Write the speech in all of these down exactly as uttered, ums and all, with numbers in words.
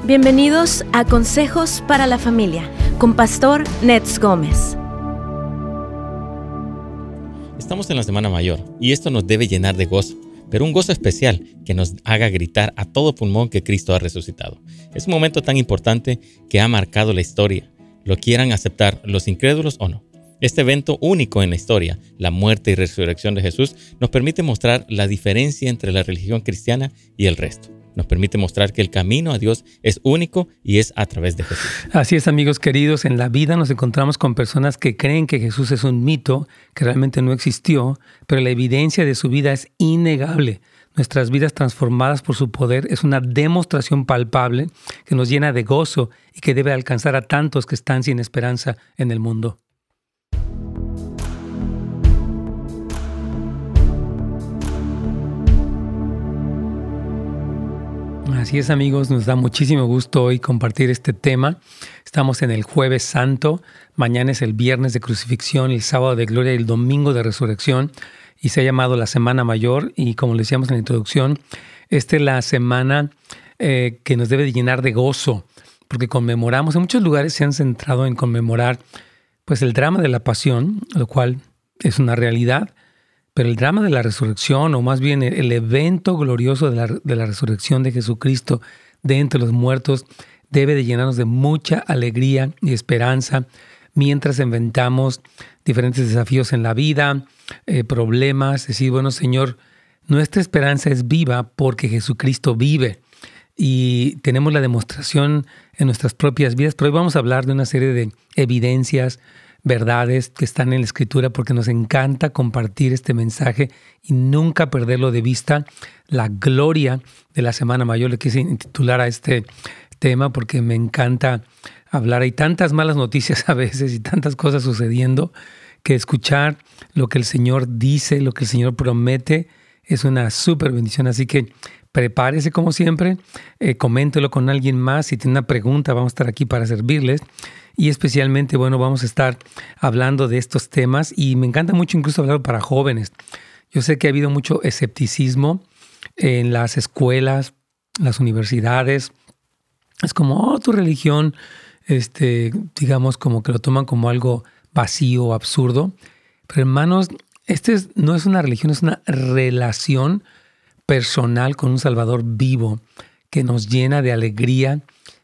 Bienvenidos a Consejos para la Familia con Pastor Nets Gómez. Estamos en la Semana Mayor y esto nos debe llenar de gozo, pero un gozo especial que nos haga gritar a todo pulmón que Cristo ha resucitado. Es un momento tan importante que ha marcado la historia, lo quieran aceptar los incrédulos o no. Este evento único en la historia, la muerte y resurrección de Jesús, nos permite mostrar la diferencia entre la religión cristiana y el resto. Nos permite mostrar que el camino a Dios es único y es a través de Jesús. Así es, amigos queridos. En la vida nos encontramos con personas que creen que Jesús es un mito, que realmente no existió, pero la evidencia de su vida es innegable. Nuestras vidas transformadas por su poder es una demostración palpable que nos llena de gozo y que debe alcanzar a tantos que están sin esperanza en el mundo. Así es, amigos, nos da muchísimo gusto hoy compartir este tema. Estamos en el Jueves Santo, mañana es el Viernes de Crucifixión, el Sábado de Gloria y el Domingo de Resurrección, y se ha llamado la Semana Mayor, y como le decíamos en la introducción, esta es la semana eh, que nos debe de llenar de gozo, porque conmemoramos, en muchos lugares se han centrado en conmemorar pues el drama de la pasión, lo cual es una realidad, pero el drama de la resurrección, o más bien el evento glorioso de la, de la resurrección de Jesucristo de entre los muertos, debe de llenarnos de mucha alegría y esperanza mientras inventamos diferentes desafíos en la vida, eh, problemas. Decir, bueno, Señor, nuestra esperanza es viva porque Jesucristo vive y tenemos la demostración en nuestras propias vidas. Pero hoy vamos a hablar de una serie de evidencias, verdades que están en la Escritura, porque nos encanta compartir este mensaje y nunca perderlo de vista. La gloria de la Semana Mayor, le quise intitular a este tema porque me encanta hablar. Hay tantas malas noticias a veces y tantas cosas sucediendo que escuchar lo que el Señor dice, lo que el Señor promete, es una súper bendición. Así que prepárese como siempre, eh, coméntelo con alguien más. Si tiene una pregunta, vamos a estar aquí para servirles. Y especialmente, bueno, vamos a estar hablando de estos temas y me encanta mucho incluso hablar para jóvenes. Yo sé que ha habido mucho escepticismo en las escuelas, las universidades. Es como, oh, tu religión, este, digamos, como que lo toman como algo vacío, absurdo. Pero hermanos, este es, no es una religión, es una relación personal con un Salvador vivo que nos llena de alegría.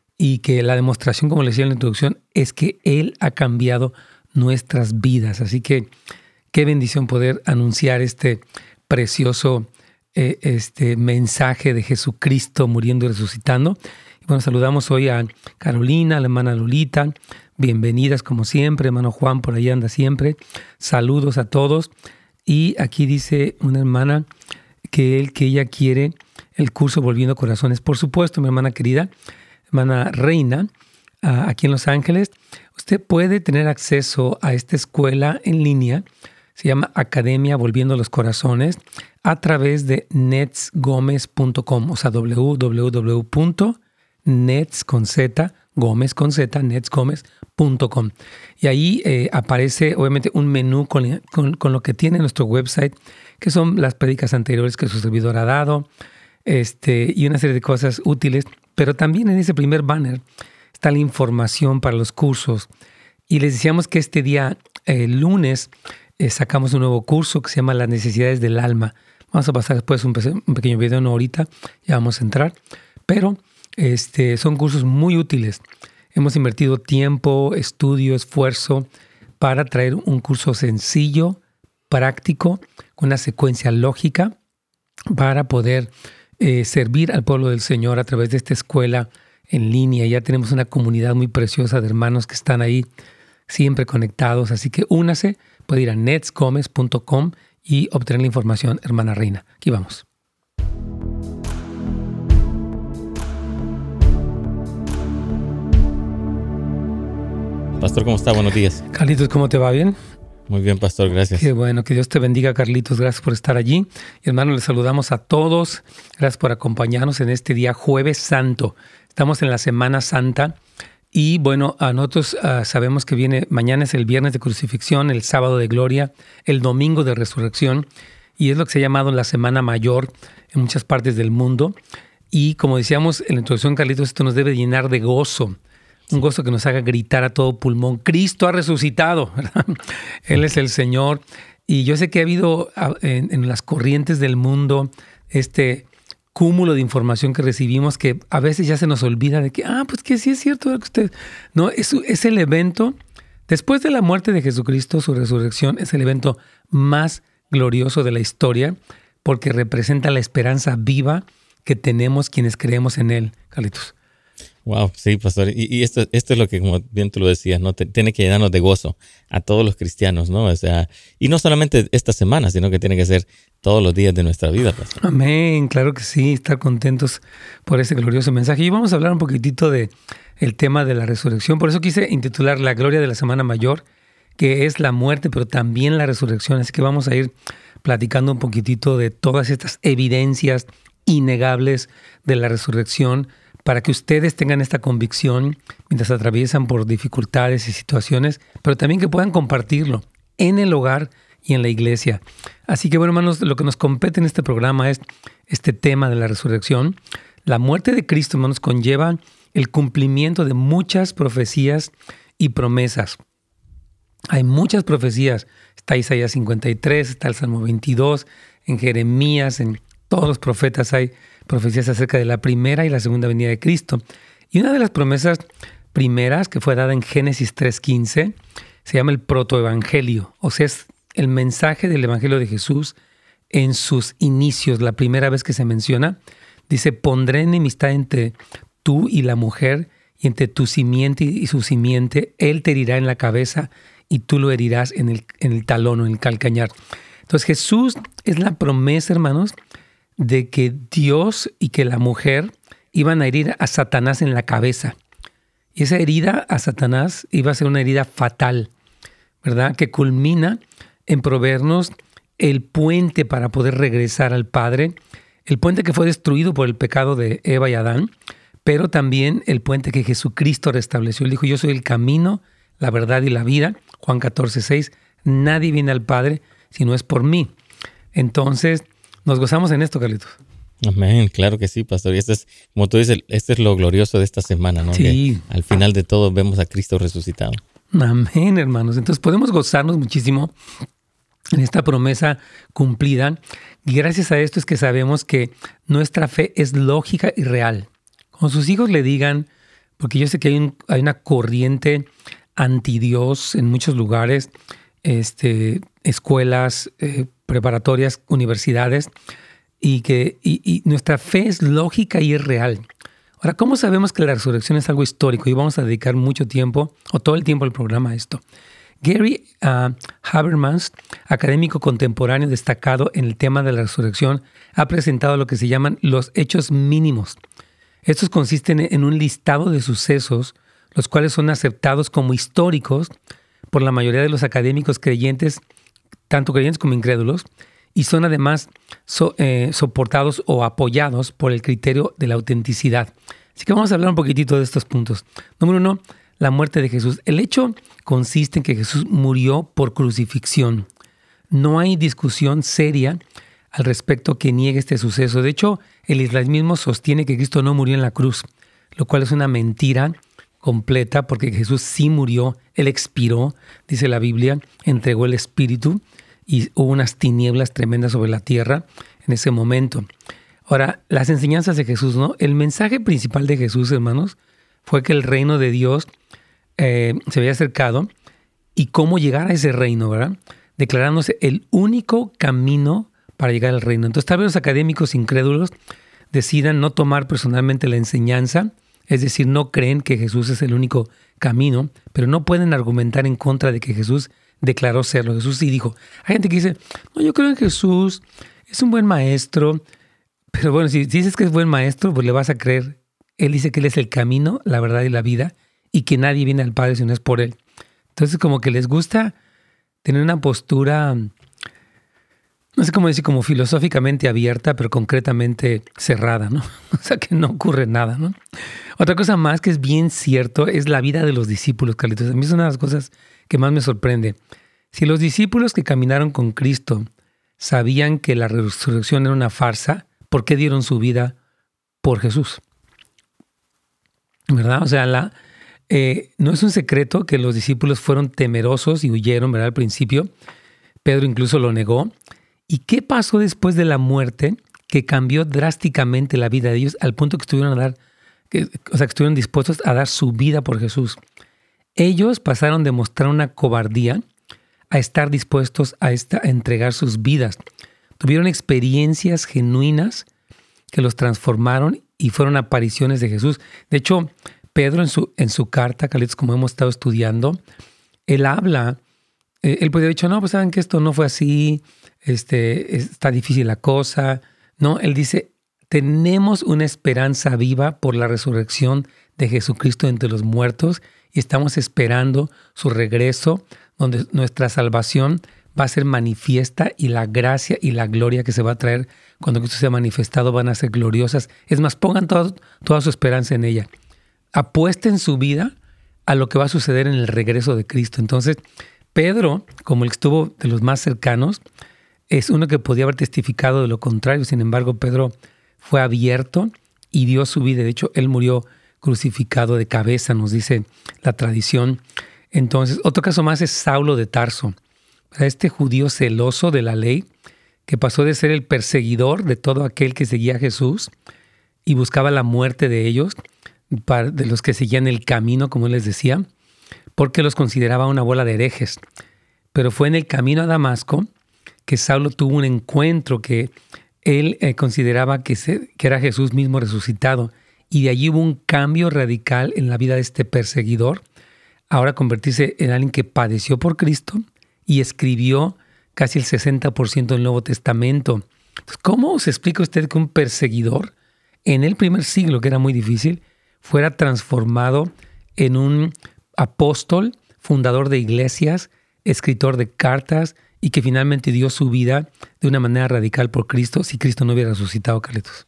Y que la demostración, como les decía en la introducción, es que Él ha cambiado nuestras vidas. Así que qué bendición poder anunciar este precioso eh, este mensaje de Jesucristo muriendo y resucitando. Y bueno, saludamos hoy a Carolina, a la hermana Lolita. Bienvenidas como siempre. Hermano Juan por ahí anda siempre. Saludos a todos. Y aquí dice una hermana que, él, que ella quiere el curso Volviendo Corazones. Por supuesto, mi hermana querida, hermana Reina, uh, aquí en Los Ángeles, usted puede tener acceso a esta escuela en línea, se llama Academia Volviendo los Corazones, a través de nets gómez punto com, o sea, doble u doble u doble u punto nets con z, Gómez con z, nets gómez punto com. Y ahí eh, aparece obviamente un menú con, con, con lo que tiene nuestro website, que son las prédicas anteriores que su servidor ha dado, este, y una serie de cosas útiles. Pero también en ese primer banner está la información para los cursos. Y les decíamos que este día, eh, lunes, eh, sacamos un nuevo curso que se llama Las Necesidades del Alma. Vamos a pasar después un, pe- un pequeño video, no ahorita, ya vamos a entrar. Pero este, son cursos muy útiles. Hemos invertido tiempo, estudio, esfuerzo para traer un curso sencillo, práctico, con una secuencia lógica para poder Eh, servir al pueblo del Señor a través de esta escuela en línea. Ya tenemos una comunidad muy preciosa de hermanos que están ahí siempre conectados. Así que únase, puede ir a nets gómez punto com y obtener la información, hermana Reina. Aquí vamos. Pastor, ¿cómo está? Buenos días. Carlitos, ¿cómo te va? ¿Bien? Muy bien, pastor, gracias. Qué bueno, que Dios te bendiga, Carlitos. Gracias por estar allí. Y hermanos, les saludamos a todos. Gracias por acompañarnos en este día Jueves Santo. Estamos en la Semana Santa y bueno, a nosotros uh, sabemos que viene, mañana es el Viernes de Crucifixión, el Sábado de Gloria, el Domingo de Resurrección y es lo que se ha llamado la Semana Mayor en muchas partes del mundo. Y como decíamos en la introducción, Carlitos, esto nos debe llenar de gozo. Un gozo que nos haga gritar a todo pulmón, Cristo ha resucitado, ¿verdad? Él es el Señor. Y yo sé que ha habido en, en las corrientes del mundo este cúmulo de información que recibimos que a veces ya se nos olvida de que, ah, pues que sí es cierto lo que usted... No, es, es el evento, después de la muerte de Jesucristo, su resurrección, es el evento más glorioso de la historia porque representa la esperanza viva que tenemos quienes creemos en Él, Carlitos. Wow, sí, pastor. Y, y esto, esto es lo que, como bien tú lo decías, ¿no? Te, tiene que llenarnos de gozo a todos los cristianos, ¿no? O sea, y no solamente esta semana, sino que tiene que ser todos los días de nuestra vida, pastor. Amén, claro que sí, estar contentos por ese glorioso mensaje. Y vamos a hablar un poquitito de el tema de la resurrección. Por eso quise intitular La Gloria de la Semana Mayor, que es la muerte, pero también la resurrección. Así que vamos a ir platicando un poquitito de todas estas evidencias innegables de la resurrección, para que ustedes tengan esta convicción mientras atraviesan por dificultades y situaciones, pero también que puedan compartirlo en el hogar y en la iglesia. Así que, bueno, hermanos, lo que nos compete en este programa es este tema de la resurrección. La muerte de Cristo, hermanos, conlleva el cumplimiento de muchas profecías y promesas. Hay muchas profecías. Está Isaías cincuenta y tres, está el Salmo veintidós, en Jeremías, en todos los profetas hay profecías acerca de la primera y la segunda venida de Cristo. Y una de las promesas primeras que fue dada en Génesis tres quince se llama el protoevangelio, o sea, es el mensaje del evangelio de Jesús en sus inicios. La primera vez que se menciona, dice, pondré enemistad entre tú y la mujer, y entre tu simiente y su simiente, él te herirá en la cabeza y tú lo herirás en el, en el talón o en el calcañar. Entonces Jesús es la promesa, hermanos, de que Dios y que la mujer iban a herir a Satanás en la cabeza. Y esa herida a Satanás iba a ser una herida fatal, ¿verdad? Que culmina en proveernos el puente para poder regresar al Padre, el puente que fue destruido por el pecado de Eva y Adán, pero también el puente que Jesucristo restableció. Él dijo, yo soy el camino, la verdad y la vida. Juan catorce seis, nadie viene al Padre si no es por mí. Entonces, nos gozamos en esto, Carlitos. Amén, claro que sí, pastor. Y esto es, como tú dices, esto es lo glorioso de esta semana, ¿no? Sí. Que al final de todo vemos a Cristo resucitado. Amén, hermanos. Entonces podemos gozarnos muchísimo en esta promesa cumplida. Y gracias a esto es que sabemos que nuestra fe es lógica y real. Cuando sus hijos le digan, porque yo sé que hay, un, hay una corriente anti-Dios en muchos lugares, este, escuelas, eh, preparatorias, universidades, y que y, y nuestra fe es lógica y es real. Ahora, ¿cómo sabemos que la resurrección es algo histórico? Y vamos a dedicar mucho tiempo, o todo el tiempo al programa a esto. Gary uh, Habermas, académico contemporáneo destacado en el tema de la resurrección, ha presentado lo que se llaman los hechos mínimos. Estos consisten en un listado de sucesos, los cuales son aceptados como históricos por la mayoría de los académicos creyentes, tanto creyentes como incrédulos, y son además so, eh, soportados o apoyados por el criterio de la autenticidad. Así que vamos a hablar un poquitito de estos puntos. Número uno, la muerte de Jesús. El hecho consiste en que Jesús murió por crucifixión. No hay discusión seria al respecto que niegue este suceso. De hecho, el islamismo sostiene que Cristo no murió en la cruz, lo cual es una mentira completa, porque Jesús sí murió, Él expiró, dice la Biblia, entregó el Espíritu y hubo unas tinieblas tremendas sobre la tierra en ese momento. Ahora, las enseñanzas de Jesús, ¿no? El mensaje principal de Jesús, hermanos, fue que el reino de Dios eh, se había acercado y cómo llegar a ese reino, ¿verdad? Declarándose el único camino para llegar al reino. Entonces, tal vez los académicos incrédulos decidan no tomar personalmente la enseñanza, es decir, no creen que Jesús es el único camino, pero no pueden argumentar en contra de que Jesús declaró serlo. Jesús sí dijo. Hay gente que dice, no, yo creo en Jesús, es un buen maestro, pero bueno, si, si dices que es buen maestro, pues le vas a creer. Él dice que Él es el camino, la verdad y la vida, y que nadie viene al Padre si no es por Él. Entonces, como que les gusta tener una postura, no sé cómo decir, como filosóficamente abierta, pero concretamente cerrada, ¿no? O sea, que no ocurre nada, ¿no? Otra cosa más que es bien cierto es la vida de los discípulos, Carlitos. A mí es una de las cosas que más me sorprende. Si los discípulos que caminaron con Cristo sabían que la resurrección era una farsa, ¿por qué dieron su vida por Jesús. ¿Verdad? O sea, la, eh, no es un secreto que los discípulos fueron temerosos y huyeron, ¿verdad? Al principio, Pedro incluso lo negó. ¿Y qué pasó después de la muerte que cambió drásticamente la vida de ellos al punto que estuvieron a dar, que, o sea, que estuvieron dispuestos a dar su vida por Jesús? Ellos pasaron de mostrar una cobardía a estar dispuestos a, esta, a entregar sus vidas. Tuvieron experiencias genuinas que los transformaron y fueron apariciones de Jesús. De hecho, Pedro en su, en su carta, Carlitos, como hemos estado estudiando, él habla, eh, él podría haber dicho, no, pues saben que esto no fue así, este, está difícil la cosa. No, él dice, tenemos una esperanza viva por la resurrección de Jesucristo entre los muertos y estamos esperando su regreso, donde nuestra salvación va a ser manifiesta y la gracia y la gloria que se va a traer cuando Cristo sea manifestado van a ser gloriosas. Es más, pongan todo, toda su esperanza en ella. Apuesten su vida a lo que va a suceder en el regreso de Cristo. Entonces, Pedro, como el que estuvo de los más cercanos, es uno que podía haber testificado de lo contrario. Sin embargo, Pedro fue abierto y dio su vida. De hecho, él murió crucificado de cabeza, nos dice la tradición. Entonces, otro caso más es Saulo de Tarso. Este judío celoso de la ley, que pasó de ser el perseguidor de todo aquel que seguía a Jesús y buscaba la muerte de ellos, de los que seguían el camino, como él les decía, porque los consideraba una bola de herejes. Pero fue en el camino a Damasco que Saulo tuvo un encuentro que él eh, consideraba que, se, que era Jesús mismo resucitado. Y de allí hubo un cambio radical en la vida de este perseguidor, ahora convertirse en alguien que padeció por Cristo y escribió casi el sesenta por ciento del Nuevo Testamento. Entonces, ¿cómo se explica usted que un perseguidor en el primer siglo, que era muy difícil, fuera transformado en un apóstol, fundador de iglesias, escritor de cartas y que finalmente dio su vida de una manera radical por Cristo si Cristo no hubiera resucitado, Carlitos?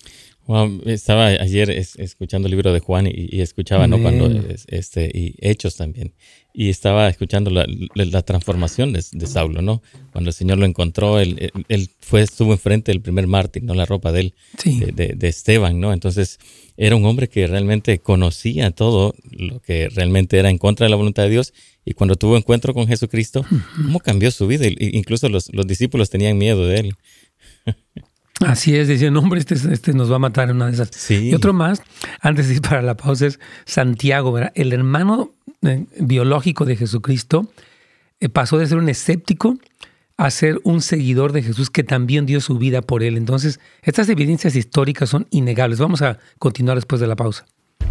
Wow, estaba ayer es, escuchando el libro de Juan y, y escuchaba, ¿no? Cuando este y Hechos también, y estaba escuchando la, la, la transformación de, de Saulo, ¿no? Cuando el Señor lo encontró, él, él, él fue estuvo enfrente del primer mártir, ¿no? La ropa de él, sí. de, de, de Esteban, ¿no? Entonces era un hombre que realmente conocía todo lo que realmente era en contra de la voluntad de Dios, y cuando tuvo encuentro con Jesucristo, ¿cómo cambió su vida? Incluso los, los discípulos tenían miedo de él. Así es, decían, hombre, este, este nos va a matar en una de esas. Sí. Y otro más, antes de ir para la pausa, es Santiago, ¿verdad? El hermano eh, biológico de Jesucristo eh, pasó de ser un escéptico a ser un seguidor de Jesús que también dio su vida por él. Entonces, estas evidencias históricas son innegables. Vamos a continuar después de la pausa.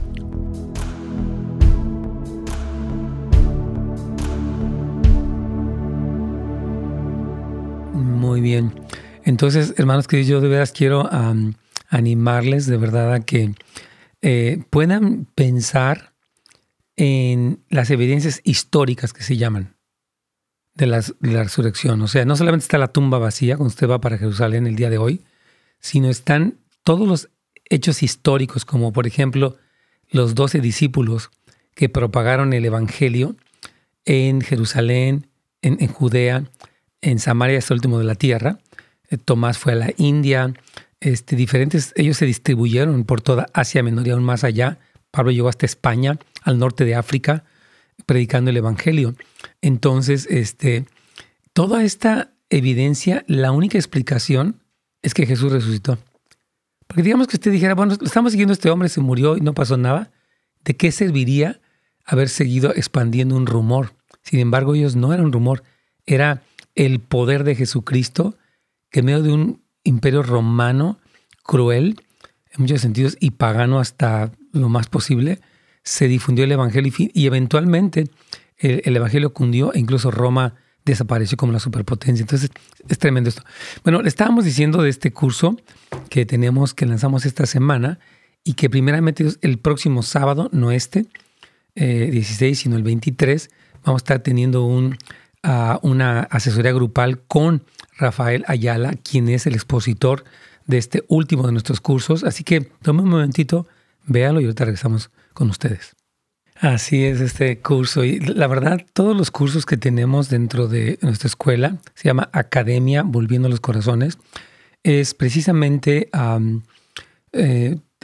Muy bien. Entonces, hermanos queridos, yo de veras quiero um, animarles de verdad a que eh, puedan pensar en las evidencias históricas que se llaman de, las, de la resurrección. O sea, no solamente está la tumba vacía cuando usted va para Jerusalén el día de hoy, sino están todos los hechos históricos, como por ejemplo los doce discípulos que propagaron el evangelio en Jerusalén, en, en Judea, en Samaria hasta el último de la tierra. Tomás fue a la India, este, diferentes, ellos se distribuyeron por toda Asia Menor y aún más allá. Pablo llegó hasta España, al norte de África, predicando el evangelio. Entonces, este, toda esta evidencia, la única explicación es que Jesús resucitó. Porque digamos que usted dijera, bueno, estamos siguiendo a este hombre, se murió y no pasó nada. ¿De qué serviría haber seguido expandiendo un rumor? Sin embargo, ellos no eran un rumor, era el poder de Jesucristo, que en medio de un imperio romano cruel, en muchos sentidos, y pagano hasta lo más posible, se difundió el evangelio y, y eventualmente el, el evangelio cundió e incluso Roma desapareció como la superpotencia. Entonces, es tremendo esto. Bueno, le estábamos diciendo de este curso que tenemos, que lanzamos esta semana y que primeramente el próximo sábado, no este, eh, dieciséis, sino el veintitrés, vamos a estar teniendo un, uh, una asesoría grupal con Rafael Ayala, quien es el expositor de este último de nuestros cursos. Así que tome un momentito, véalo y ahorita regresamos con ustedes. Así es este curso. Y la verdad, todos los cursos que tenemos dentro de nuestra escuela, se llama Academia Volviendo a los Corazones, es precisamente um, eh,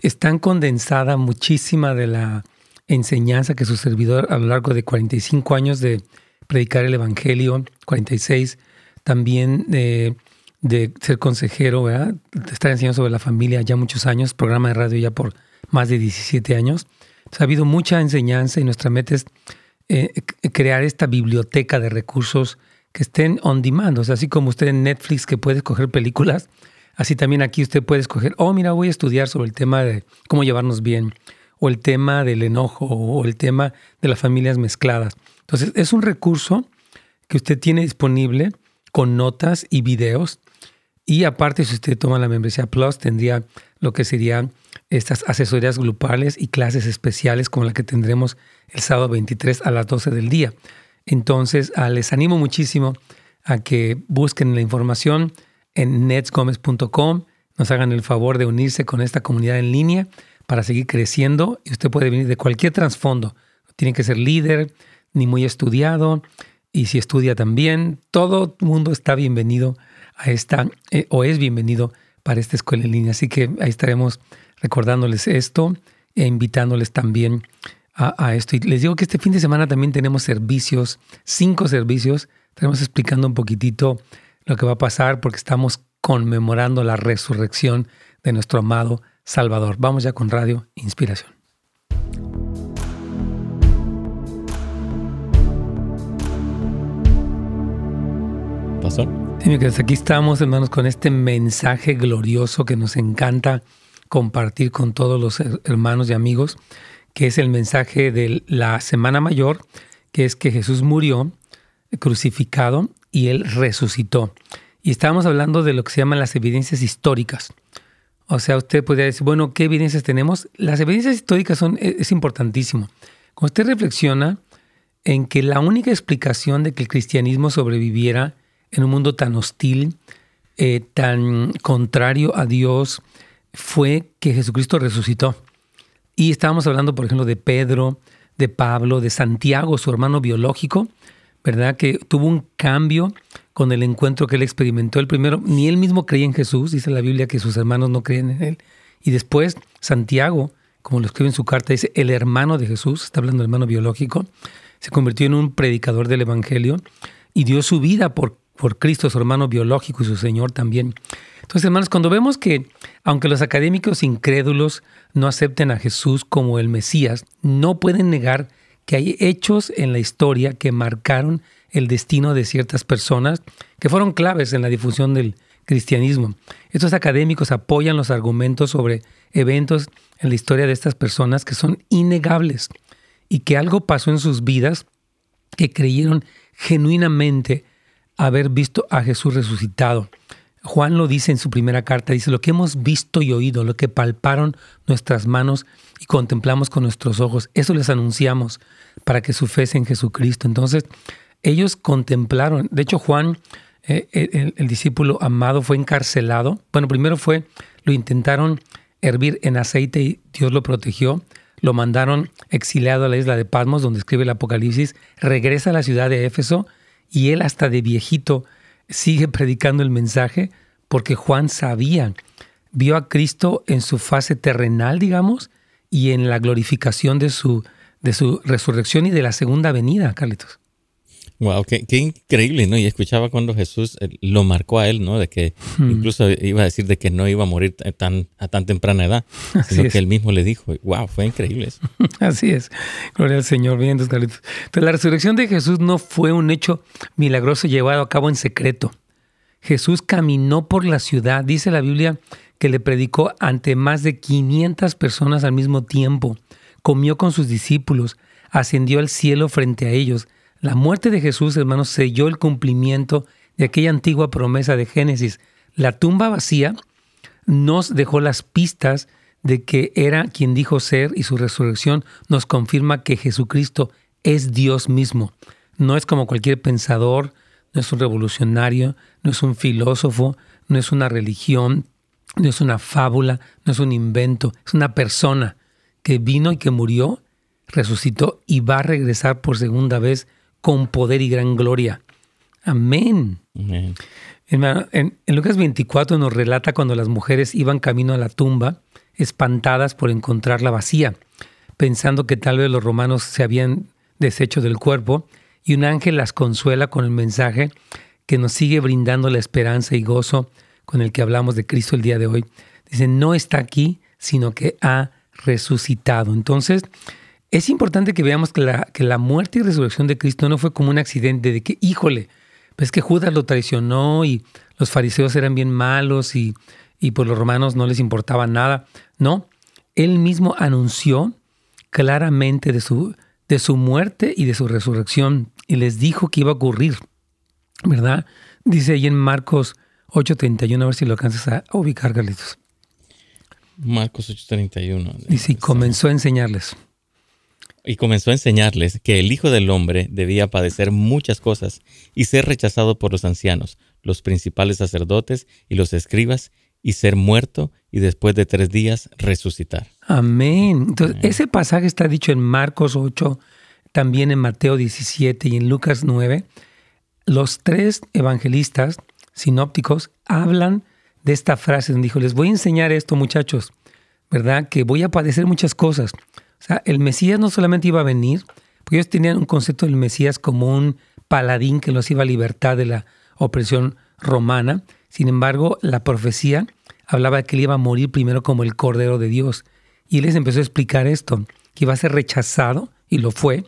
están condensada muchísima de la enseñanza que su servidor a lo largo de cuarenta y cinco años de predicar el Evangelio, cuarenta y seis también de, de ser consejero, ¿verdad? De estar enseñando sobre la familia ya muchos años, programa de radio ya por más de diecisiete años. Entonces, ha habido mucha enseñanza y nuestra meta es eh, crear esta biblioteca de recursos que estén on demand. O sea, así como usted en Netflix que puede escoger películas, así también aquí usted puede escoger, oh, mira, voy a estudiar sobre el tema de cómo llevarnos bien, o el tema del enojo, o el tema de las familias mezcladas. Entonces, es un recurso que usted tiene disponible con notas y videos. Y aparte, si usted toma la membresía Plus, tendría lo que serían estas asesorías grupales y clases especiales como la que tendremos el sábado veintitrés a las doce del día. Entonces, ah, les animo muchísimo a que busquen la información en nets gomez punto com, nos hagan el favor de unirse con esta comunidad en línea para seguir creciendo. Y usted puede venir de cualquier trasfondo. No tiene que ser líder ni muy estudiado. Y si estudia también, todo el mundo está bienvenido a esta, eh, o es bienvenido para esta escuela en línea. Así que ahí estaremos recordándoles esto e invitándoles también a, a esto. Y les digo que este fin de semana también tenemos servicios, cinco servicios. Estaremos explicando un poquitito lo que va a pasar porque estamos conmemorando la resurrección de nuestro amado Salvador. Vamos ya con Radio Inspiración. Pastor. Sí, aquí estamos, hermanos, con este mensaje glorioso que nos encanta compartir con todos los hermanos y amigos, que es el mensaje de la Semana Mayor, que es que Jesús murió crucificado y Él resucitó. Y estábamos hablando de lo que se llaman las evidencias históricas. O sea, usted podría decir, bueno, ¿qué evidencias tenemos? Las evidencias históricas son, es importantísimo. Cuando usted reflexiona en que la única explicación de que el cristianismo sobreviviera en un mundo tan hostil, eh, tan contrario a Dios, fue que Jesucristo resucitó. Y estábamos hablando, por ejemplo, de Pedro, de Pablo, de Santiago, su hermano biológico, ¿verdad? Que tuvo un cambio con el encuentro que él experimentó. El primero, ni él mismo creía en Jesús, dice la Biblia que sus hermanos no creían en él. Y después, Santiago, como lo escribe en su carta, dice el hermano de Jesús, está hablando del hermano biológico, se convirtió en un predicador del Evangelio y dio su vida por por Cristo, su hermano biológico y su Señor también. Entonces, hermanos, cuando vemos que, aunque los académicos incrédulos no acepten a Jesús como el Mesías, no pueden negar que hay hechos en la historia que marcaron el destino de ciertas personas que fueron claves en la difusión del cristianismo. Estos académicos apoyan los argumentos sobre eventos en la historia de estas personas que son innegables y que algo pasó en sus vidas que creyeron genuinamente haber visto a Jesús resucitado. Juan lo dice en su primera carta, dice, lo que hemos visto y oído, lo que palparon nuestras manos y contemplamos con nuestros ojos, eso les anunciamos para que su fe sea en Jesucristo. Entonces, ellos contemplaron, de hecho Juan, eh, el, el discípulo amado, fue encarcelado. Bueno, primero fue, lo intentaron hervir en aceite y Dios lo protegió. Lo mandaron exiliado a la isla de Patmos, donde escribe el Apocalipsis, regresa a la ciudad de Éfeso, y él hasta de viejito sigue predicando el mensaje porque Juan sabía, vio a Cristo en su fase terrenal, digamos, y en la glorificación de su, de su resurrección y de la segunda venida, Carlitos. Wow, qué, qué increíble, ¿no? Y escuchaba cuando Jesús lo marcó a él, ¿no? De que hmm. incluso iba a decir de que no iba a morir tan, a tan temprana edad, sino que él mismo le dijo. Wow, fue increíble eso. Así es. Gloria al Señor. Bien, entonces, Carlitos. Entonces, la resurrección de Jesús no fue un hecho milagroso llevado a cabo en secreto. Jesús caminó por la ciudad. Dice la Biblia que le predicó ante más de quinientas personas al mismo tiempo. Comió con sus discípulos. Ascendió al cielo frente a ellos. La muerte de Jesús, hermanos, selló el cumplimiento de aquella antigua promesa de Génesis. La tumba vacía nos dejó las pistas de que era quien dijo ser y su resurrección nos confirma que Jesucristo es Dios mismo. No es como cualquier pensador, no es un revolucionario, no es un filósofo, no es una religión, no es una fábula, no es un invento. Es una persona que vino y que murió, resucitó y va a regresar por segunda vez con poder y gran gloria. Amén. Amén. Hermano, en, en Lucas veinticuatro nos relata cuando las mujeres iban camino a la tumba, espantadas por encontrarla vacía, pensando que tal vez los romanos se habían deshecho del cuerpo, y un ángel las consuela con el mensaje que nos sigue brindando la esperanza y gozo con el que hablamos de Cristo el día de hoy. Dice, no está aquí, sino que ha resucitado. Entonces, es importante que veamos que la, que la muerte y resurrección de Cristo no fue como un accidente de que, híjole, pues que Judas lo traicionó y los fariseos eran bien malos y, y pues los romanos no les importaba nada. No, él mismo anunció claramente de su, de su muerte y de su resurrección y les dijo que iba a ocurrir, ¿verdad? Dice ahí en Marcos ocho treinta y uno, a ver si lo alcanzas a ubicar, Carlitos. Marcos ocho treinta y uno. Dice, y comenzó a enseñarles. Y comenzó a enseñarles que el Hijo del Hombre debía padecer muchas cosas y ser rechazado por los ancianos, los principales sacerdotes y los escribas, y ser muerto y después de tres días resucitar. Amén. Entonces, Amén. Ese pasaje está dicho en Marcos ocho, también en Mateo diecisiete y en Lucas nueve. Los tres evangelistas sinópticos hablan de esta frase donde dijo, les voy a enseñar esto, muchachos, ¿verdad? Que voy a padecer muchas cosas. O sea, el Mesías no solamente iba a venir, porque ellos tenían un concepto del Mesías como un paladín que los iba a libertar de la opresión romana. Sin embargo, la profecía hablaba de que él iba a morir primero como el Cordero de Dios. Y él les empezó a explicar esto, que iba a ser rechazado, y lo fue,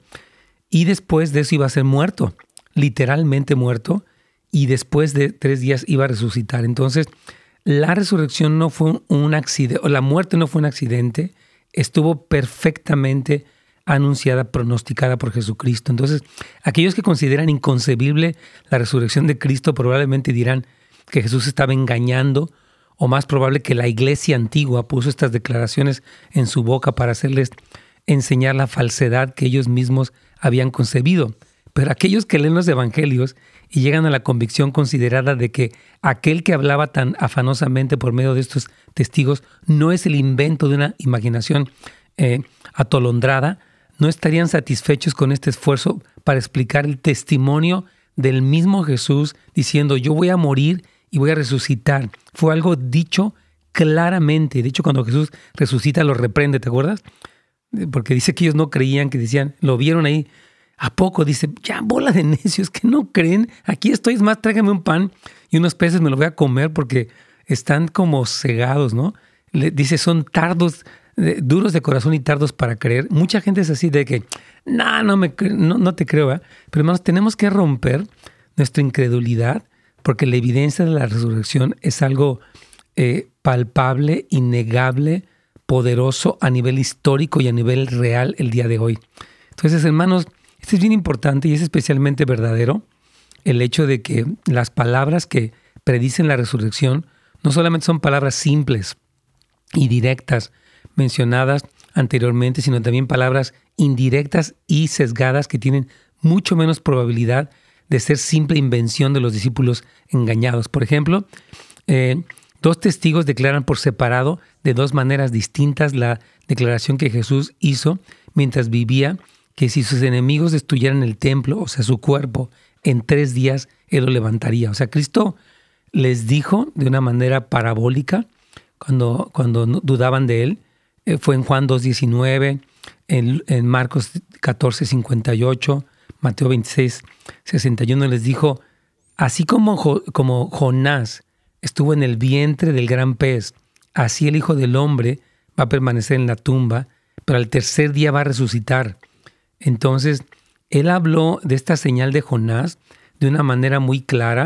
y después de eso iba a ser muerto, literalmente muerto, y después de tres días iba a resucitar. Entonces, la resurrección no fue un accidente, o la muerte no fue un accidente, estuvo perfectamente anunciada, pronosticada por Jesucristo. Entonces, aquellos que consideran inconcebible la resurrección de Cristo probablemente dirán que Jesús estaba engañando, o más probable que la iglesia antigua puso estas declaraciones en su boca para hacerles enseñar la falsedad que ellos mismos habían concebido. Pero aquellos que leen los evangelios y llegan a la convicción considerada de que aquel que hablaba tan afanosamente por medio de estos testigos no es el invento de una imaginación eh, atolondrada, no estarían satisfechos con este esfuerzo para explicar el testimonio del mismo Jesús diciendo, yo voy a morir y voy a resucitar. Fue algo dicho claramente. De hecho, cuando Jesús resucita, lo reprende, ¿te acuerdas? Porque dice que ellos no creían, que decían, lo vieron ahí. ¿A poco? Dice, ya, bola de necios, que no creen. Aquí estoy, es más, tráigame un pan y unos peces, me los voy a comer porque están como cegados, ¿no? Le dice, son tardos, de, duros de corazón y tardos para creer. Mucha gente es así de que, nah, no, me, no, no te creo, ¿eh? Pero hermanos, tenemos que romper nuestra incredulidad porque la evidencia de la resurrección es algo eh, palpable, innegable, poderoso a nivel histórico y a nivel real el día de hoy. Entonces, hermanos, esto es bien importante y es especialmente verdadero el hecho de que las palabras que predicen la resurrección no solamente son palabras simples y directas mencionadas anteriormente, sino también palabras indirectas y sesgadas que tienen mucho menos probabilidad de ser simple invención de los discípulos engañados. Por ejemplo, eh, dos testigos declaran por separado de dos maneras distintas la declaración que Jesús hizo mientras vivía, que si sus enemigos destruyeran el templo, o sea, su cuerpo, en tres días Él lo levantaría. O sea, Cristo les dijo de una manera parabólica cuando, cuando dudaban de Él. Eh, fue en Juan dos diecinueve, en, en Marcos catorce cincuenta y ocho, Mateo veintiséis sesenta y uno, les dijo, así como, jo, como Jonás estuvo en el vientre del gran pez, así el Hijo del Hombre va a permanecer en la tumba, pero al tercer día va a resucitar. Entonces, él habló de esta señal de Jonás de una manera muy clara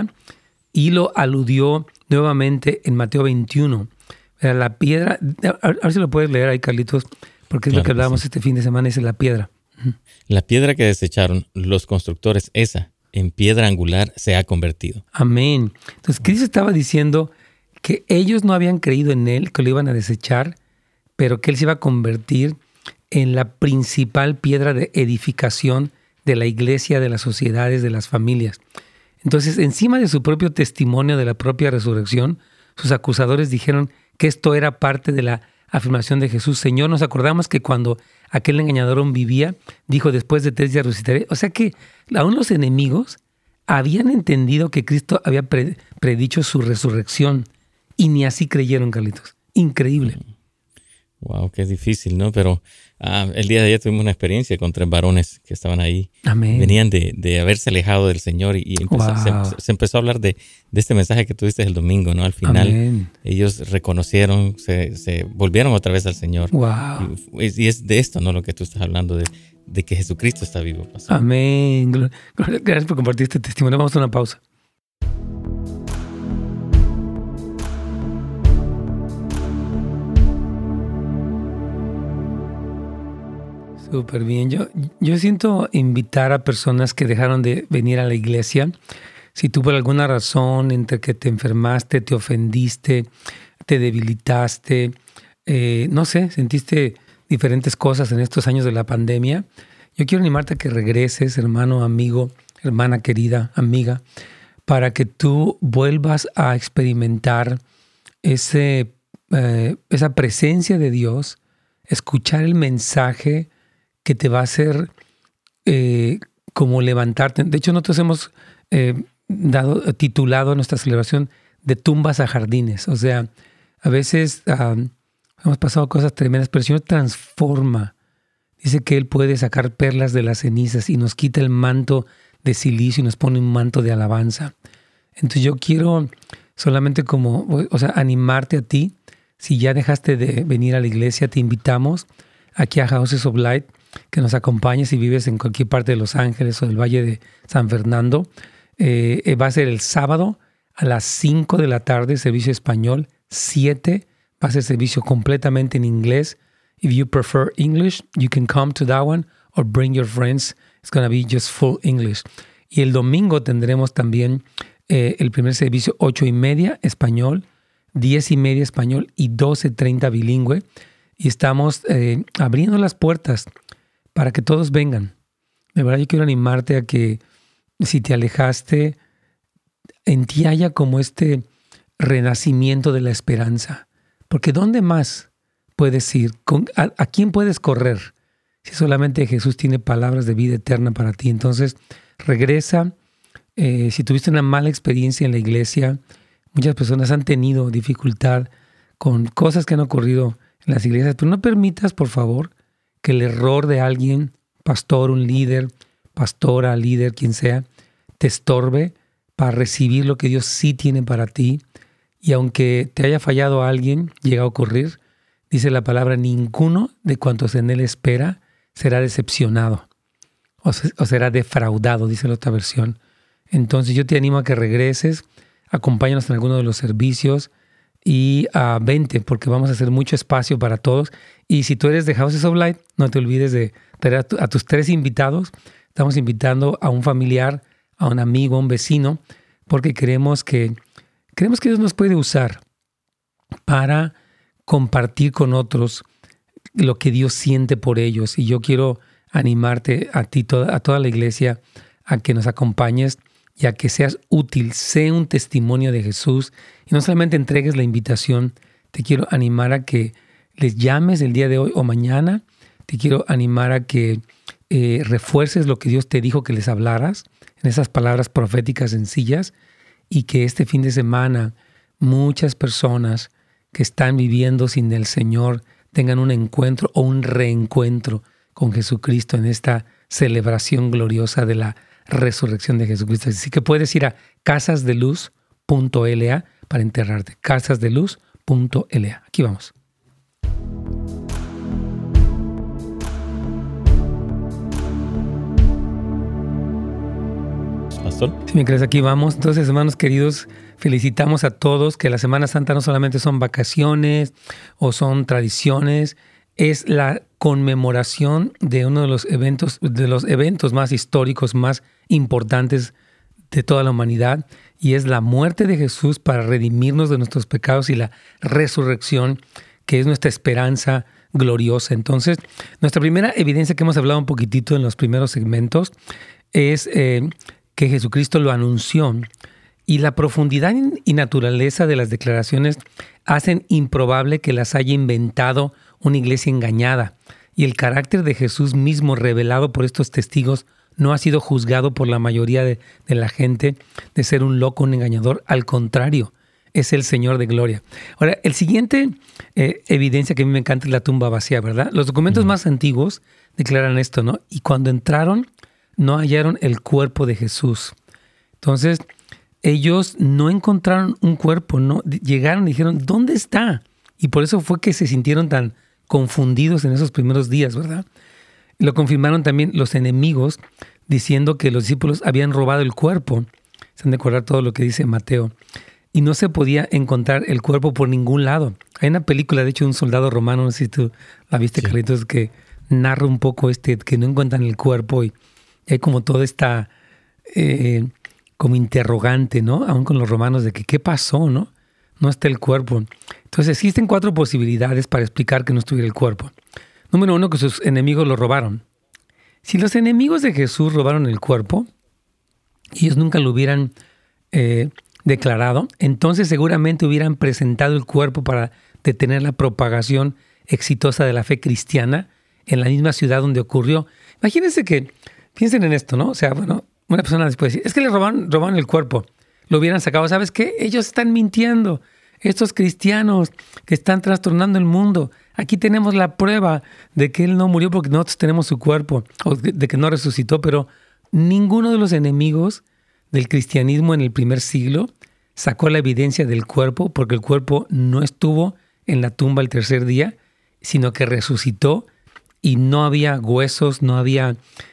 y lo aludió nuevamente en Mateo veintiuno. La piedra, a ver si lo puedes leer ahí, Carlitos, porque es claro lo que hablábamos sí. este fin de semana, es la piedra. La piedra que desecharon los constructores, esa, en piedra angular se ha convertido. Amén. Entonces, Cristo estaba diciendo que ellos no habían creído en Él, que lo iban a desechar, pero que Él se iba a convertir en la principal piedra de edificación de la iglesia, de las sociedades, de las familias. Entonces, encima de su propio testimonio de la propia resurrección, sus acusadores dijeron que esto era parte de la afirmación de Jesús. Señor, nos acordamos que cuando aquel engañador aún vivía, dijo, después de tres días resucitaré. O sea que aún los enemigos habían entendido que Cristo había pre- predicho su resurrección y ni así creyeron, Carlitos. Increíble. Wow, qué difícil, ¿no? Pero ah, el día de ayer tuvimos una experiencia con tres varones que estaban ahí. Amén. Venían de, de haberse alejado del Señor y, y empezó, Wow. se, se empezó a hablar de, de este mensaje que tuviste el domingo, ¿no? Al final, Amén. ellos reconocieron, se, se volvieron otra vez al Señor. Wow. Y, y es de esto, ¿no? Lo que tú estás hablando, de, de que Jesucristo está vivo, pastor. Amén. Gl- Gracias por compartir este testimonio. Vamos a una pausa. Súper bien. Yo, yo siento invitar a personas que dejaron de venir a la iglesia. Si tú por alguna razón, entre que te enfermaste, te ofendiste, te debilitaste, eh, no sé, sentiste diferentes cosas en estos años de la pandemia, yo quiero animarte a que regreses, hermano, amigo, hermana querida, amiga, para que tú vuelvas a experimentar ese, eh, esa presencia de Dios, escuchar el mensaje que te va a hacer eh, como levantarte. De hecho, nosotros hemos eh, dado, titulado nuestra celebración de tumbas a jardines. O sea, a veces uh, hemos pasado cosas tremendas, pero el Señor transforma. Dice que Él puede sacar perlas de las cenizas y nos quita el manto de silicio y nos pone un manto de alabanza. Entonces yo quiero solamente como, o sea, animarte a ti. Si ya dejaste de venir a la iglesia, te invitamos aquí a Houses of Light, que nos acompañes si vives en cualquier parte de Los Ángeles o del Valle de San Fernando. Eh, va a ser el sábado a las cinco de la tarde, servicio español. siete va a ser servicio completamente en inglés. If you prefer English, you can come to that one or bring your friends. It's going to be just full English. Y el domingo tendremos también eh, el primer servicio ocho y media español, diez y media español y doce treinta bilingüe. Y estamos eh, abriendo las puertas para que todos vengan. De verdad, yo quiero animarte a que si te alejaste, en ti haya como este renacimiento de la esperanza. Porque ¿dónde más puedes ir? ¿A, a quién puedes correr? Si solamente Jesús tiene palabras de vida eterna para ti. Entonces, regresa. Eh, si tuviste una mala experiencia en la iglesia, muchas personas han tenido dificultad con cosas que han ocurrido en las iglesias, pero no permitas, por favor, que el error de alguien, pastor, un líder, pastora, líder, quien sea, te estorbe para recibir lo que Dios sí tiene para ti. Y aunque te haya fallado alguien, llega a ocurrir, dice la palabra, ninguno de cuantos en él espera será decepcionado o, se, o será defraudado, dice la otra versión. Entonces yo te animo a que regreses, acompáñanos en alguno de los servicios y uh, vente, porque vamos a hacer mucho espacio para todos. Y si tú eres de Houses of Light, no te olvides de traer a, tu, a tus tres invitados. Estamos invitando a un familiar, a un amigo, a un vecino, porque creemos que, creemos que Dios nos puede usar para compartir con otros lo que Dios siente por ellos. Y yo quiero animarte a ti, toda, a toda la iglesia, a que nos acompañes y a que seas útil, sé un testimonio de Jesús. Y no solamente entregues la invitación, te quiero animar a que les llames el día de hoy o mañana. Te quiero animar a que eh, refuerces lo que Dios te dijo que les hablaras, en esas palabras proféticas sencillas, y que este fin de semana muchas personas que están viviendo sin el Señor tengan un encuentro o un reencuentro con Jesucristo en esta celebración gloriosa de la resurrección de Jesucristo. Así que puedes ir a casas de luz punto l a para enterrarte. casas de luz punto l a. Aquí vamos. Pastor. Si me crees, aquí vamos. Entonces, hermanos queridos, felicitamos a todos que la Semana Santa no solamente son vacaciones o son tradiciones, es la conmemoración de uno de los eventos, de los eventos más históricos, más importantes de toda la humanidad, y es la muerte de Jesús para redimirnos de nuestros pecados y la resurrección, que es nuestra esperanza gloriosa. Entonces, nuestra primera evidencia que hemos hablado un poquitito en los primeros segmentos es eh, que Jesucristo lo anunció, y la profundidad y naturaleza de las declaraciones hacen improbable que las haya inventado una iglesia engañada, y el carácter de Jesús mismo revelado por estos testigos no ha sido juzgado por la mayoría de, de la gente de ser un loco, un engañador. Al contrario, es el Señor de gloria. Ahora, el siguiente eh, evidencia que a mí me encanta es la tumba vacía, ¿verdad? Los documentos mm. más antiguos declaran esto, ¿no? Y cuando entraron, no hallaron el cuerpo de Jesús. Entonces, ellos no encontraron un cuerpo, no llegaron y dijeron, ¿dónde está? Y por eso fue que se sintieron tan confundidos en esos primeros días, ¿verdad? Lo confirmaron también los enemigos, diciendo que los discípulos habían robado el cuerpo. Se han de acordar todo lo que dice Mateo. Y no se podía encontrar el cuerpo por ningún lado. Hay una película, de hecho, de un soldado romano, no sé si tú la viste, sí. Carlitos, que narra un poco este, que no encuentran el cuerpo y hay como toda esta eh, como interrogante, ¿no? Aún con los romanos de que qué pasó, ¿no? No está el cuerpo. Entonces existen cuatro posibilidades para explicar que no estuviera el cuerpo. Número uno, que sus enemigos lo robaron. Si los enemigos de Jesús robaron el cuerpo, y ellos nunca lo hubieran eh, declarado, entonces seguramente hubieran presentado el cuerpo para detener la propagación exitosa de la fe cristiana en la misma ciudad donde ocurrió. Imagínense que, piensen en esto, ¿no? O sea, bueno, una persona después decir, es que le robaron, robaron el cuerpo. Lo hubieran sacado. ¿Sabes qué? Ellos están mintiendo. Estos cristianos que están trastornando el mundo. Aquí tenemos la prueba de que Él no murió porque nosotros tenemos su cuerpo, o de que no resucitó, pero ninguno de los enemigos del cristianismo en el primer siglo sacó la evidencia del cuerpo, porque el cuerpo no estuvo en la tumba el tercer día, sino que resucitó y no había huesos, no había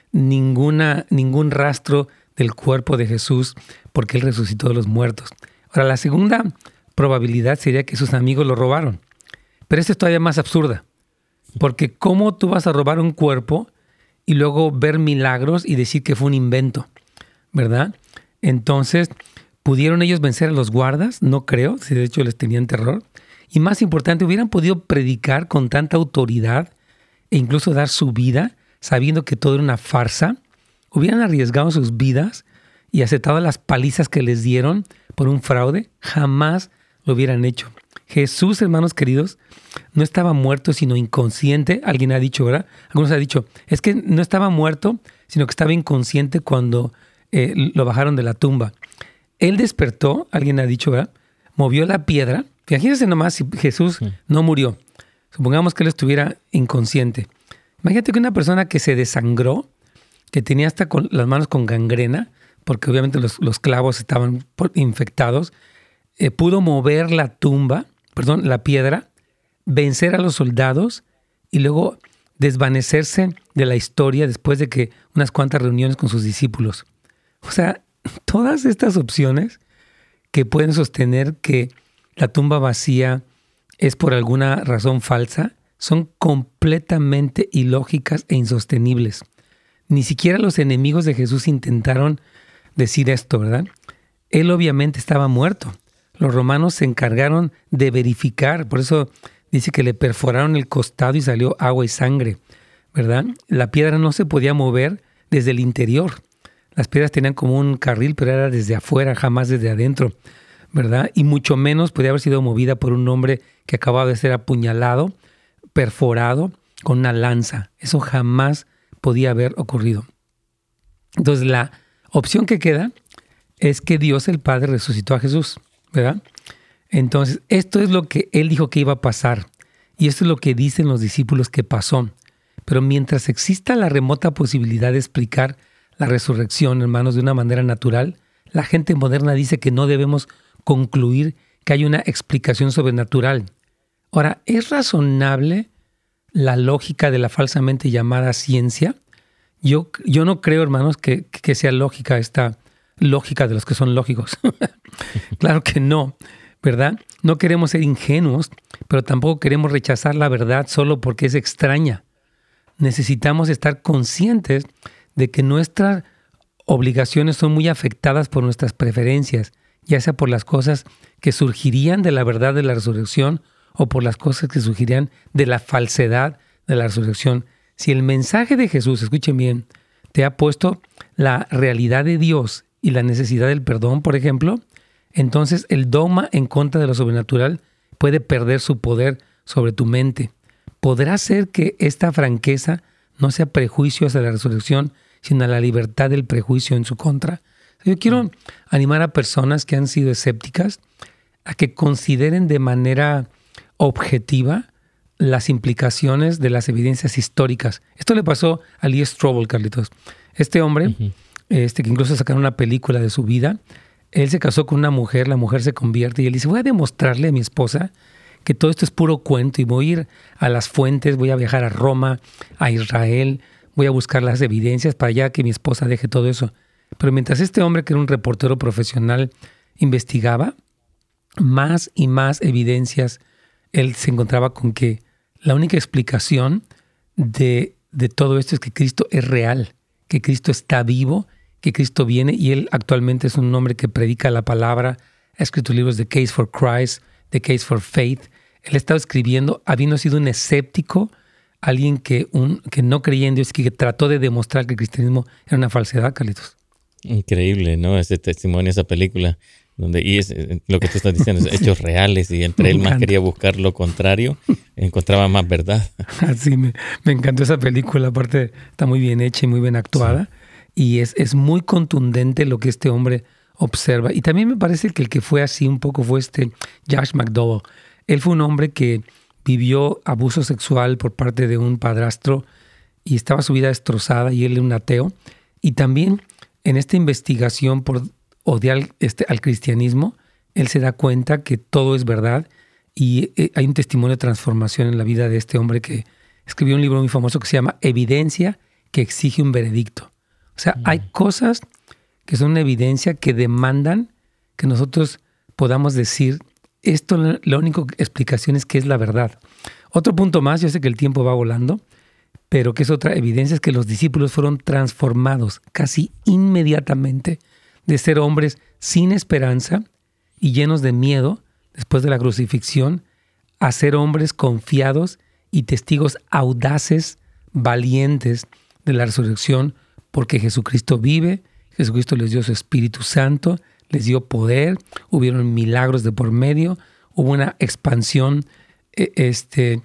ninguna, ningún rastro del cuerpo de Jesús, porque Él resucitó de los muertos. Ahora, la segunda probabilidad sería que sus amigos lo robaron. Pero esta es todavía más absurda, porque ¿cómo tú vas a robar un cuerpo y luego ver milagros y decir que fue un invento? ¿Verdad? Entonces, ¿pudieron ellos vencer a los guardas? No creo, si de hecho les tenían terror. Y más importante, ¿hubieran podido predicar con tanta autoridad e incluso dar su vida sabiendo que todo era una farsa? ¿Hubieran arriesgado sus vidas y aceptado las palizas que les dieron por un fraude? Jamás lo hubieran hecho. Jesús, hermanos queridos, no estaba muerto, sino inconsciente. Alguien ha dicho, ¿verdad? Algunos han dicho, es que no estaba muerto, sino que estaba inconsciente cuando eh, lo bajaron de la tumba. Él despertó, alguien ha dicho, ¿verdad? Movió la piedra. Fíjense nomás si Jesús sí. no murió. Supongamos que él estuviera inconsciente. Imagínate que una persona que se desangró, que tenía hasta con las manos con gangrena, porque obviamente los, los clavos estaban infectados, eh, pudo mover la tumba, perdón, la piedra, vencer a los soldados y luego desvanecerse de la historia después de que unas cuantas reuniones con sus discípulos. O sea, todas estas opciones que pueden sostener que la tumba vacía es por alguna razón falsa, son completamente ilógicas e insostenibles. Ni siquiera los enemigos de Jesús intentaron decir esto, ¿verdad? Él obviamente estaba muerto. Los romanos se encargaron de verificar, por eso dice que le perforaron el costado y salió agua y sangre, ¿verdad? La piedra no se podía mover desde el interior. Las piedras tenían como un carril, pero era desde afuera, jamás desde adentro, ¿verdad? Y mucho menos podía haber sido movida por un hombre que acababa de ser apuñalado, perforado con una lanza. Eso jamás podía haber ocurrido. Entonces, la opción que queda es que Dios el Padre resucitó a Jesús, ¿verdad? Entonces, esto es lo que Él dijo que iba a pasar. Y esto es lo que dicen los discípulos que pasó. Pero mientras exista la remota posibilidad de explicar la resurrección, hermanos, de una manera natural, la gente moderna dice que no debemos concluir que hay una explicación sobrenatural. Ahora, ¿es razonable la lógica de la falsamente llamada ciencia? Yo, yo no creo, hermanos, que, que sea lógica esta lógica de los que son lógicos. Claro que no, ¿verdad? No queremos ser ingenuos, pero tampoco queremos rechazar la verdad solo porque es extraña. Necesitamos estar conscientes de que nuestras obligaciones son muy afectadas por nuestras preferencias, ya sea por las cosas que surgirían de la verdad de la resurrección o por las cosas que surgirían de la falsedad de la resurrección. Si el mensaje de Jesús, escuchen bien, te ha puesto la realidad de Dios y la necesidad del perdón, por ejemplo, entonces el dogma en contra de lo sobrenatural puede perder su poder sobre tu mente. ¿Podrá ser que esta franqueza no sea prejuicio hacia la resurrección, sino a la libertad del prejuicio en su contra? Yo quiero animar a personas que han sido escépticas a que consideren de manera objetiva las implicaciones de las evidencias históricas. Esto le pasó a Lee Strobel, Carlitos. Este hombre, uh-huh. este, que incluso sacaron una película de su vida, él se casó con una mujer, la mujer se convierte y él dice, voy a demostrarle a mi esposa que todo esto es puro cuento y voy a ir a las fuentes, voy a viajar a Roma, a Israel, voy a buscar las evidencias para ya que mi esposa deje todo eso. Pero mientras este hombre, que era un reportero profesional, investigaba, más y más evidencias, él se encontraba con que la única explicación de, de todo esto es que Cristo es real, que Cristo está vivo, que Cristo viene, y él actualmente es un hombre que predica la palabra, ha escrito libros de Case for Christ, The Case for Faith. Él estaba escribiendo, habiendo sido un escéptico, alguien que, un, que no creía en Dios, que trató de demostrar que el cristianismo era una falsedad, Carlitos. Increíble, ¿no? Ese testimonio, esa película, donde, y es lo que tú estás diciendo, es hechos reales, y entre él más quería buscar lo contrario, encontraba más verdad. Así me, me encantó esa película, aparte está muy bien hecha y muy bien actuada, sí. y es, es muy contundente lo que este hombre observa. Y también me parece que el que fue así un poco fue este Josh McDowell. Él fue un hombre que vivió abuso sexual por parte de un padrastro y estaba su vida destrozada, y él era un ateo. Y también en esta investigación por odiar este, al cristianismo, él se da cuenta que todo es verdad, y eh, hay un testimonio de transformación en la vida de este hombre que escribió un libro muy famoso que se llama Evidencia que exige un veredicto. O sea, mm. hay cosas que son una evidencia que demandan que nosotros podamos decir, esto, la única explicación es que es la verdad. Otro punto más, yo sé que el tiempo va volando, pero que es otra evidencia, es que los discípulos fueron transformados casi inmediatamente de ser hombres sin esperanza y llenos de miedo después de la crucifixión a ser hombres confiados y testigos audaces, valientes de la resurrección, porque Jesucristo vive, Jesucristo les dio su Espíritu Santo, les dio poder, hubieron milagros de por medio, hubo una expansión este,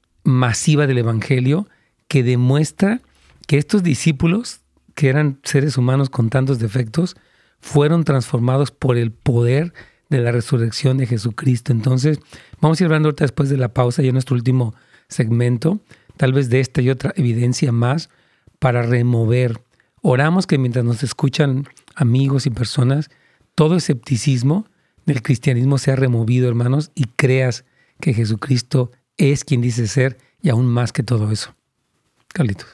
masiva del Evangelio que demuestra que estos discípulos, que eran seres humanos con tantos defectos, fueron transformados por el poder de la resurrección de Jesucristo. Entonces, vamos a ir hablando ahorita después de la pausa, ya en nuestro último segmento, tal vez de esta y otra evidencia más para remover. Oramos que mientras nos escuchan amigos y personas, todo escepticismo del cristianismo sea removido, hermanos, y creas que Jesucristo es quien dice ser, y aún más que todo eso. Carlitos.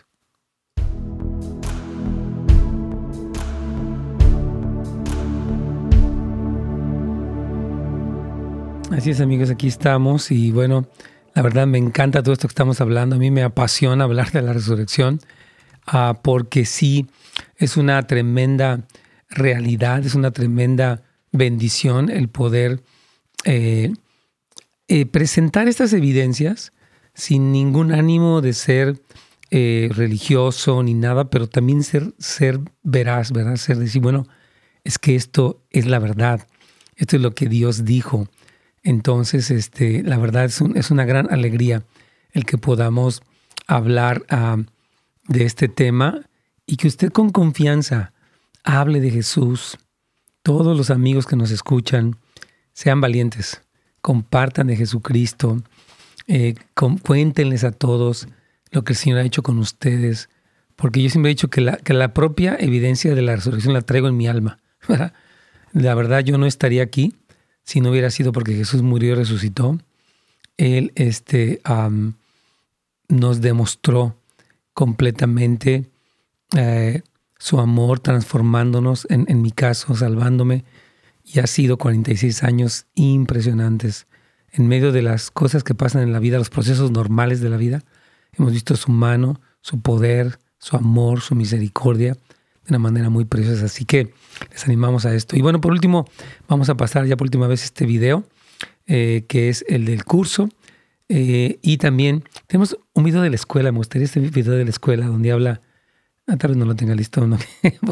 Así es, amigos, aquí estamos, y bueno, la verdad me encanta todo esto que estamos hablando. A mí me apasiona hablar de la resurrección, uh, porque sí, es una tremenda realidad, es una tremenda bendición el poder eh, eh, presentar estas evidencias sin ningún ánimo de ser eh, religioso ni nada, pero también ser, ser veraz, ¿verdad? Ser decir, bueno, es que esto es la verdad, esto es lo que Dios dijo. Entonces, este, la verdad es, un, es una gran alegría el que podamos hablar uh, de este tema, y que usted con confianza hable de Jesús. Todos los amigos que nos escuchan, sean valientes, compartan de Jesucristo, eh, com- cuéntenles a todos lo que el Señor ha hecho con ustedes, porque yo siempre he dicho que la, que la propia evidencia de la resurrección la traigo en mi alma, ¿verdad? La verdad, yo no estaría aquí si no hubiera sido porque Jesús murió y resucitó. Él este, um, nos demostró completamente eh, su amor, transformándonos, en, en mi caso, salvándome, y ha sido cuarenta y seis años impresionantes. En medio de las cosas que pasan en la vida, los procesos normales de la vida, hemos visto su mano, su poder, su amor, su misericordia, de una manera muy preciosa. Así que les animamos a esto. Y bueno, por último, vamos a pasar ya por última vez este video, eh, que es el del curso. Eh, y también tenemos un video de la escuela. Me gustaría este video de la escuela donde habla... Ah, tal vez no lo tenga listo, ¿no?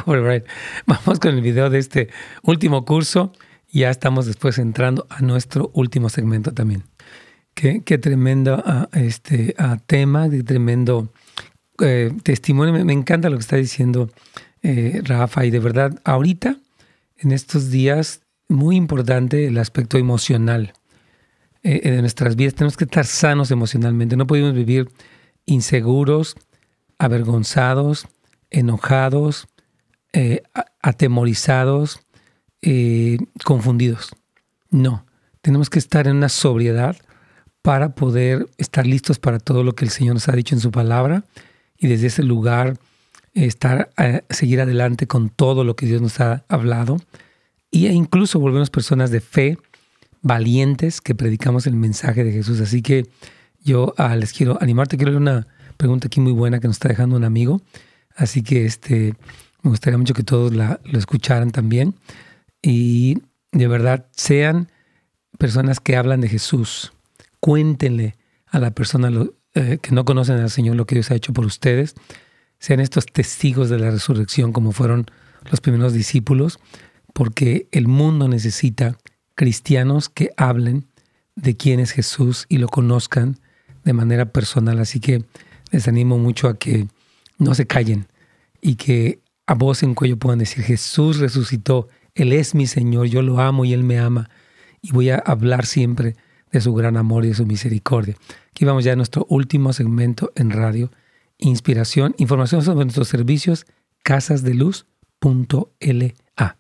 Vamos con el video de este último curso. Ya estamos después entrando a nuestro último segmento también. Qué, qué tremendo uh, este, uh, tema, qué tremendo uh, testimonio. Me, me encanta lo que está diciendo eh, Rafa. Y de verdad, ahorita, en estos días, muy importante el aspecto emocional eh, de nuestras vidas. Tenemos que estar sanos emocionalmente. No podemos vivir inseguros, avergonzados, enojados, eh, atemorizados, eh, confundidos. No, tenemos que estar en una sobriedad para poder estar listos para todo lo que el Señor nos ha dicho en su palabra y desde ese lugar estar a seguir adelante con todo lo que Dios nos ha hablado e incluso volvernos personas de fe, valientes, que predicamos el mensaje de Jesús. Así que yo ah, les quiero animarte. Quiero leer una pregunta aquí muy buena que nos está dejando un amigo. Así que este, me gustaría mucho que todos la, lo escucharan también. Y de verdad, sean personas que hablan de Jesús. Cuéntenle a la persona lo, eh, que no conocen al Señor lo que Dios ha hecho por ustedes. Sean estos testigos de la resurrección como fueron los primeros discípulos, porque el mundo necesita cristianos que hablen de quién es Jesús y lo conozcan de manera personal. Así que les animo mucho a que no se callen y que a voz en cuello puedan decir: Jesús resucitó, Él es mi Señor, yo lo amo y Él me ama, y voy a hablar siempre de su gran amor y de su misericordia. Aquí vamos ya a nuestro último segmento en radio. Inspiración, información sobre nuestros servicios, casas de luz punto l a.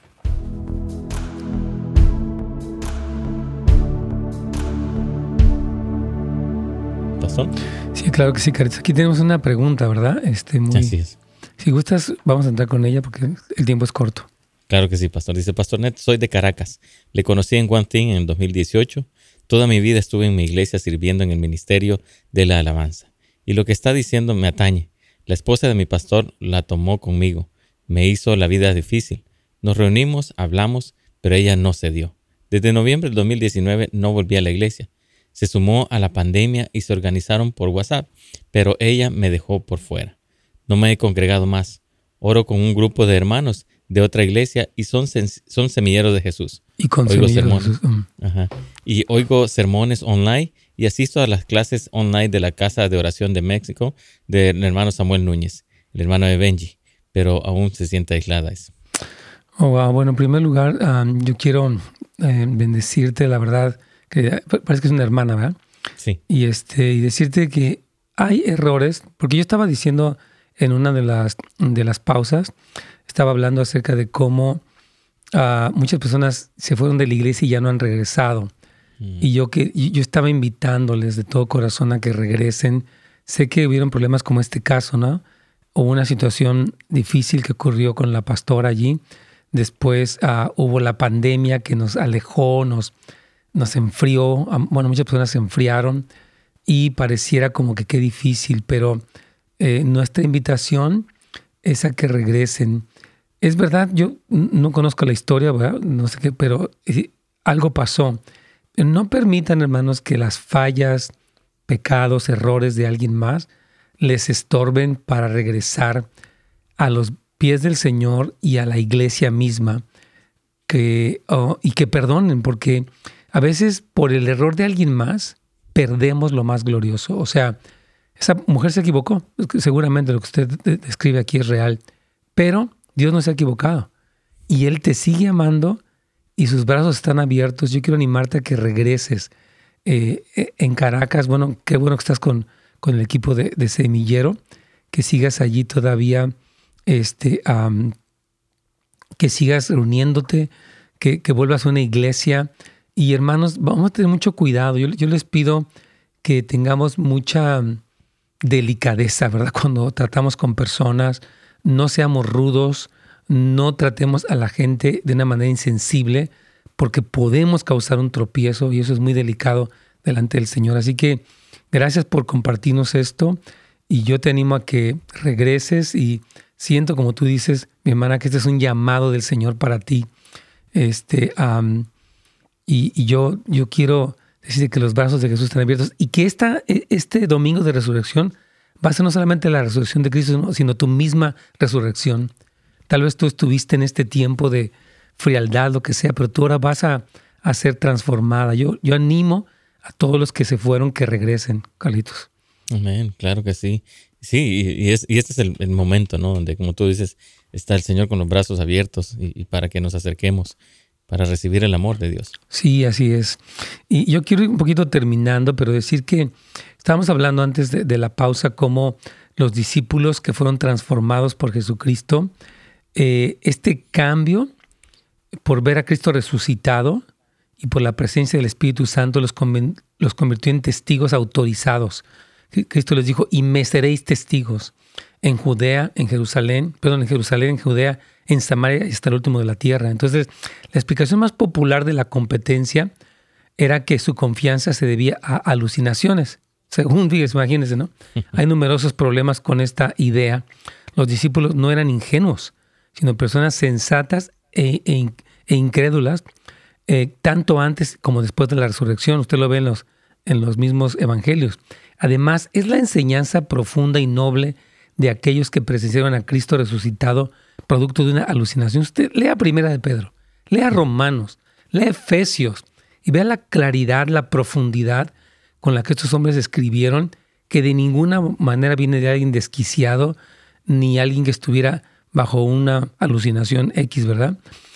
¿Pastor? Sí, claro que sí, Carlitos. Aquí tenemos una pregunta, ¿verdad? Este, muy... Así es. Si gustas, vamos a entrar con ella porque el tiempo es corto. Claro que sí, Pastor. Dice: Pastor Net, soy de Caracas. Le conocí en One Thing en el dos mil dieciocho. Toda mi vida estuve en mi iglesia sirviendo en el ministerio de la alabanza. Y lo que está diciendo me atañe. La esposa de mi pastor la tomó conmigo. Me hizo la vida difícil. Nos reunimos, hablamos, pero ella no cedió. Desde noviembre del dos mil diecinueve no volví a la iglesia. Se sumó a la pandemia y se organizaron por WhatsApp, pero ella me dejó por fuera. No me he congregado más. Oro con un grupo de hermanos de otra iglesia y son, son semilleros de Jesús. Y con oigo semilleros sermones. de Jesús. Ajá. Y oigo sermones online y asisto a las clases online de la Casa de Oración de México del hermano Samuel Núñez, el hermano de Benji, pero aún se siente aislada. Oh, wow. Bueno, en primer lugar, um, yo quiero eh, bendecirte, la verdad, que parece que es una hermana, ¿verdad? Sí. Y, este, y decirte que hay errores, porque yo estaba diciendo en una de las, de las pausas, estaba hablando acerca de cómo uh, muchas personas se fueron de la iglesia y ya no han regresado. Mm. Y yo, que, yo estaba invitándoles de todo corazón a que regresen. Sé que hubieron problemas como este caso, ¿no? Hubo una situación difícil que ocurrió con la pastora allí. Después uh, hubo la pandemia que nos alejó, nos, nos enfrió. Bueno, muchas personas se enfriaron y pareciera como que qué difícil, pero eh, nuestra invitación es a que regresen. Es verdad, yo no conozco la historia, ¿verdad? No sé qué, pero eh, algo pasó. No permitan, hermanos, que las fallas, pecados, errores de alguien más les estorben para regresar a los pies del Señor y a la iglesia misma, que, oh, y que perdonen, porque a veces por el error de alguien más perdemos lo más glorioso. O sea, esa mujer se equivocó. Seguramente lo que usted describe aquí es real, pero Dios no se ha equivocado y Él te sigue amando y sus brazos están abiertos. Yo quiero animarte a que regreses. Eh, en Caracas, bueno, qué bueno que estás con, con el equipo de, de Semillero, que sigas allí todavía, este, um, que sigas reuniéndote, que, que vuelvas a una iglesia. Y hermanos, vamos a tener mucho cuidado. Yo, yo les pido que tengamos mucha delicadeza, ¿verdad? Cuando tratamos con personas, no seamos rudos, no tratemos a la gente de una manera insensible, porque podemos causar un tropiezo y eso es muy delicado delante del Señor. Así que gracias por compartirnos esto y yo te animo a que regreses y siento, como tú dices, mi hermana, que este es un llamado del Señor para ti. Este, um, y, y yo, yo quiero decirte que los brazos de Jesús están abiertos y que esta, este domingo de resurrección va a ser no solamente la resurrección de Cristo, sino, sino tu misma resurrección. Tal vez tú estuviste en este tiempo de frialdad, lo que sea, pero tú ahora vas a, a ser transformada. Yo, yo animo a todos los que se fueron que regresen, Carlitos. Amén, claro que sí. Sí, y, y, es, y este es el, el momento, ¿no? Donde, como tú dices, está el Señor con los brazos abiertos y, y para que nos acerquemos. para recibir el amor de Dios. Sí, así es. Y yo quiero ir un poquito terminando, pero decir que estábamos hablando antes de, de la pausa cómo los discípulos que fueron transformados por Jesucristo, eh, este cambio por ver a Cristo resucitado y por la presencia del Espíritu Santo los, conven- los convirtió en testigos autorizados. Cristo les dijo, y me seréis testigos en Judea, en Jerusalén, perdón, en Jerusalén, en Judea, en Samaria y hasta el último de la tierra. Entonces, la explicación más popular de la competencia era que su confianza se debía a alucinaciones. Según Díaz, imagínense, ¿no? Hay numerosos problemas con esta idea. Los discípulos no eran ingenuos, sino personas sensatas e, e, e incrédulas, eh, tanto antes como después de la resurrección. Usted lo ve en los, en los mismos evangelios. Además, es la enseñanza profunda y noble de aquellos que presenciaron a Cristo resucitado producto de una alucinación. Usted lea Primera de Pedro, lea Romanos, lea Efesios y vea la claridad, la profundidad con la que estos hombres escribieron, que de ninguna manera viene de alguien desquiciado ni alguien que estuviera bajo una alucinación X, ¿verdad?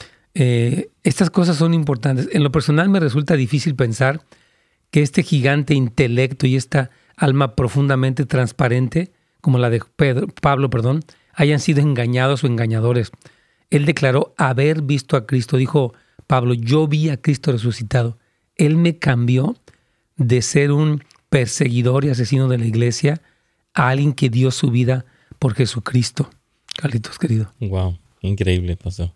Eh, estas cosas son importantes. En lo personal me resulta difícil pensar que este gigante intelecto y esta alma profundamente transparente, como la de Pedro, Pablo, perdón, hayan sido engañados o engañadores. Él declaró haber visto a Cristo. Dijo Pablo, yo vi a Cristo resucitado. Él me cambió de ser un perseguidor y asesino de la iglesia a alguien que dio su vida por Jesucristo. Carlitos, querido. Wow, increíble, pastor.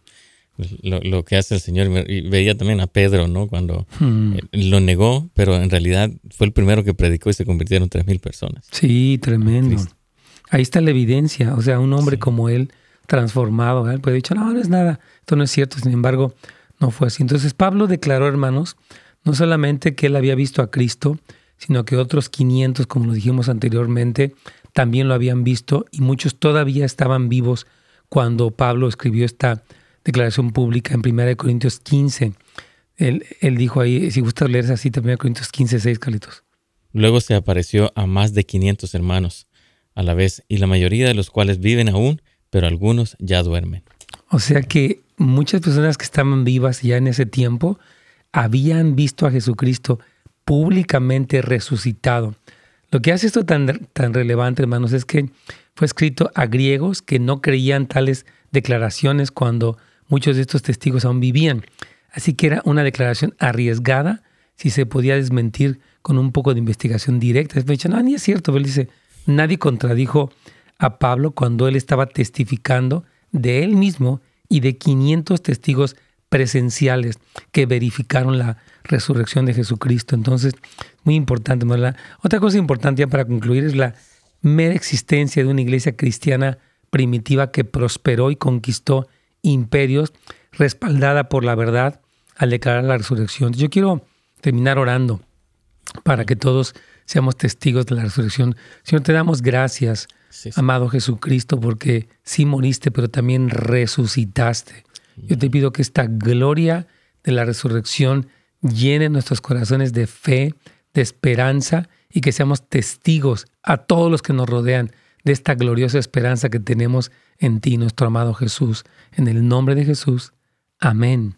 Lo, lo que hace el Señor. Y veía también a Pedro, ¿no? Cuando hmm. lo negó, pero en realidad fue el primero que predicó y se convirtieron tres mil personas. Sí, tremendo. Ahí está la evidencia. O sea, un hombre sí. como él, transformado, él puede haber dicho, no, no es nada, esto no es cierto. Sin embargo, no fue así. Entonces, Pablo declaró, hermanos, no solamente que él había visto a Cristo, sino que otros quinientos, como lo dijimos anteriormente, también lo habían visto y muchos todavía estaban vivos cuando Pablo escribió esta declaración pública en primera de Corintios quince. Él, él dijo ahí, si gustas leer esa cita, primera de Corintios quince, seis, Carlitos. Luego se apareció a más de quinientos hermanos a la vez, y la mayoría de los cuales viven aún, pero algunos ya duermen. O sea que muchas personas que estaban vivas ya en ese tiempo habían visto a Jesucristo públicamente resucitado. Lo que hace esto tan, tan relevante, hermanos, es que fue escrito a griegos que no creían tales declaraciones cuando muchos de estos testigos aún vivían. Así que era una declaración arriesgada si se podía desmentir con un poco de investigación directa. Después dicen, no, ni es cierto. Pero él dice, nadie contradijo a Pablo cuando él estaba testificando de él mismo y de quinientos testigos presenciales que verificaron la resurrección de Jesucristo. Entonces, muy importante, ¿verdad? Otra cosa importante ya para concluir es la mera existencia de una iglesia cristiana primitiva que prosperó y conquistó imperios, respaldada por la verdad al declarar la resurrección. Yo quiero terminar orando para que todos seamos testigos de la resurrección. Señor, te damos gracias, sí, sí. amado Jesucristo, porque sí moriste, pero también resucitaste. Yo te pido que esta gloria de la resurrección llene nuestros corazones de fe, de esperanza, y que seamos testigos a todos los que nos rodean de esta gloriosa esperanza que tenemos en ti, nuestro amado Jesús. En el nombre de Jesús. Amén.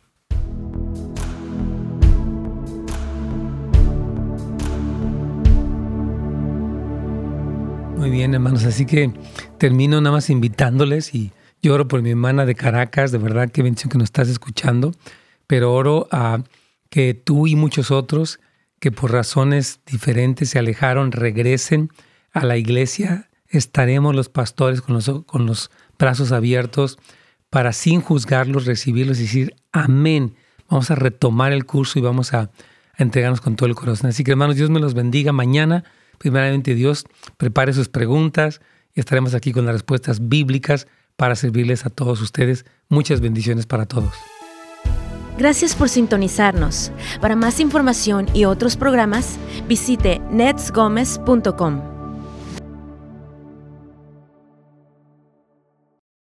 Muy bien, hermanos. Así que termino nada más invitándoles y yo oro por mi hermana de Caracas. De verdad, qué bendición que nos estás escuchando. Pero oro a que tú y muchos otros que por razones diferentes se alejaron, regresen a la iglesia. Estaremos los pastores con los, con los brazos abiertos para, sin juzgarlos, recibirlos y decir amén. Vamos a retomar el curso y vamos a, a entregarnos con todo el corazón. Así que, hermanos, Dios me los bendiga. Mañana, primeramente Dios, prepare sus preguntas y estaremos aquí con las respuestas bíblicas para servirles a todos ustedes. Muchas bendiciones para todos. Gracias por sintonizarnos. Para más información y otros programas, visite nets gomez punto com.